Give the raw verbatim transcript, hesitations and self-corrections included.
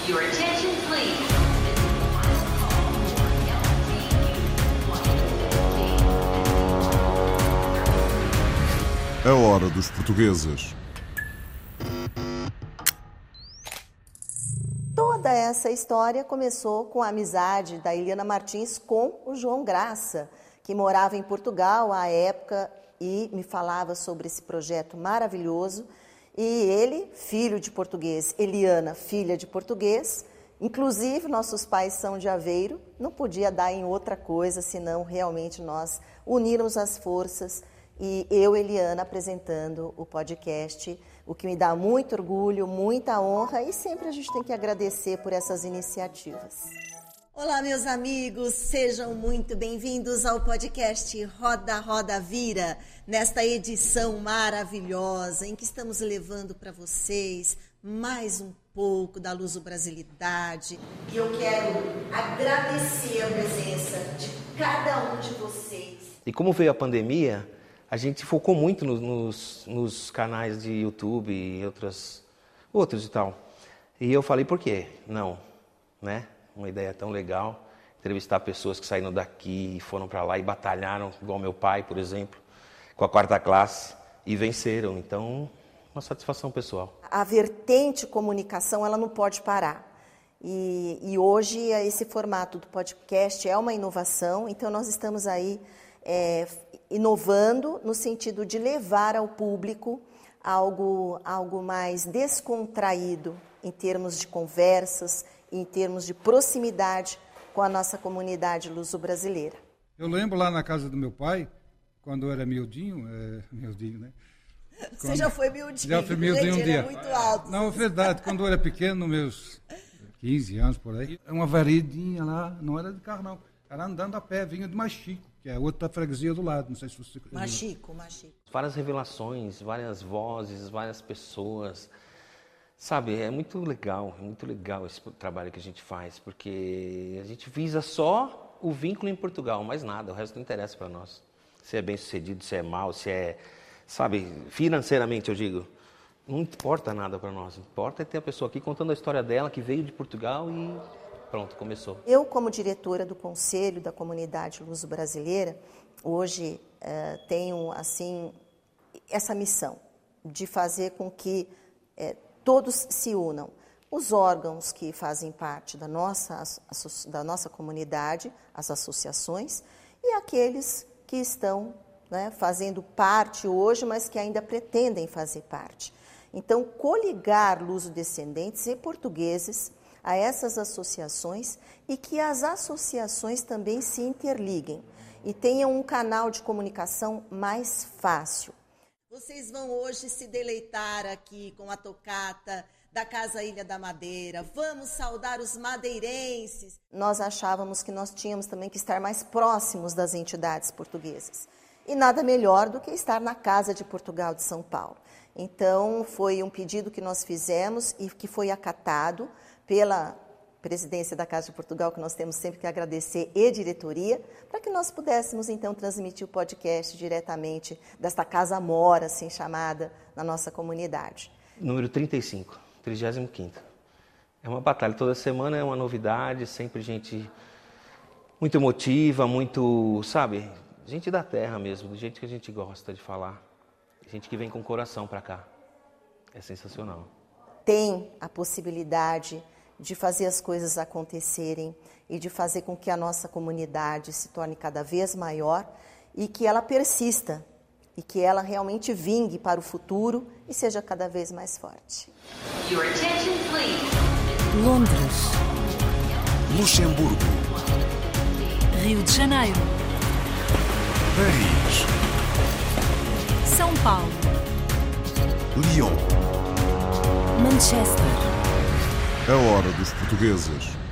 Your attention, please. A hora dos portugueses. Toda essa história começou com a amizade da Eliana Martins com o João Graça, que morava em Portugal à época e me falava sobre esse projeto maravilhoso. E ele, filho de português, Eliana, filha de português, inclusive nossos pais são de Aveiro, não podia dar em outra coisa senão realmente nós unirmos as forças e eu, Eliana, apresentando o podcast, o que me dá muito orgulho, muita honra e sempre a gente tem que agradecer por essas iniciativas. Olá, meus amigos, sejam muito bem-vindos ao podcast Roda, Roda, Vira, nesta edição maravilhosa em que estamos levando para vocês mais um pouco da luso-brasilidade. E eu quero agradecer a presença de cada um de vocês. E como veio a pandemia, a gente focou muito nos, nos, nos canais de YouTube e outras, outros e tal. E eu falei, por quê? Não, né? Uma ideia tão legal, entrevistar pessoas que saíram daqui e foram para lá e batalharam, igual meu pai, por exemplo, com a quarta classe, e venceram. Então, uma satisfação pessoal. A vertente comunicação, ela não pode parar. E, e hoje, esse formato do podcast é uma inovação, então nós estamos aí é, inovando no sentido de levar ao público algo, algo mais descontraído em termos de conversas, em termos de proximidade com a nossa comunidade luso-brasileira. Eu lembro lá na casa do meu pai, quando eu era miudinho, é, miudinho, né? Quando, Você já foi miudinho, já fui miudinho gente, um dia. Era muito alto. Não, é verdade, quando eu era pequeno, meus quinze anos por aí, uma varedinha lá, não era de carro não, era andando a pé, vinha de Machico, que é outra freguesia do lado, não sei se você... Machico, Machico. Várias revelações, várias vozes, várias pessoas... Sabe, é muito legal, é muito legal esse trabalho que a gente faz, porque a gente visa só o vínculo em Portugal, mais nada, o resto não interessa para nós. Se é bem sucedido, se é mal, se é, sabe, financeiramente eu digo, não importa nada para nós, importa é ter a pessoa aqui contando a história dela, que veio de Portugal e pronto, começou. Eu, como diretora do Conselho da Comunidade Luso-Brasileira, hoje eh, tenho, assim, essa missão de fazer com que eh, todos se unam. Os órgãos que fazem parte da nossa, da nossa comunidade, as associações, e aqueles que estão, né, fazendo parte hoje, mas que ainda pretendem fazer parte. Então, coligar luso-descendentes e portugueses a essas associações e que as associações também se interliguem e tenham um canal de comunicação mais fácil. Vocês vão hoje se deleitar aqui com a tocata da Casa Ilha da Madeira. Vamos saudar os madeirenses. Nós achávamos que nós tínhamos também que estar mais próximos das entidades portuguesas. E nada melhor do que estar na Casa de Portugal de São Paulo. Então, foi um pedido que nós fizemos e que foi acatado pela presidência da Casa de Portugal, que nós temos sempre que agradecer, e diretoria, para que nós pudéssemos, então, transmitir o podcast diretamente desta casa mora, assim chamada, na nossa comunidade. Número trinta e cinco, trigésimo quinto. É uma batalha, toda semana é uma novidade, sempre gente muito emotiva, muito, sabe, gente da terra mesmo, do jeito que a gente gosta de falar. Gente que vem com o coração para cá. É sensacional. Tem a possibilidade de fazer as coisas acontecerem e de fazer com que a nossa comunidade se torne cada vez maior e que ela persista e que ela realmente vingue para o futuro e seja cada vez mais forte. Your attention, please. Londres, Luxemburgo, Rio de Janeiro, Paris, São Paulo, Lyon. Manchester. A hora dos portugueses.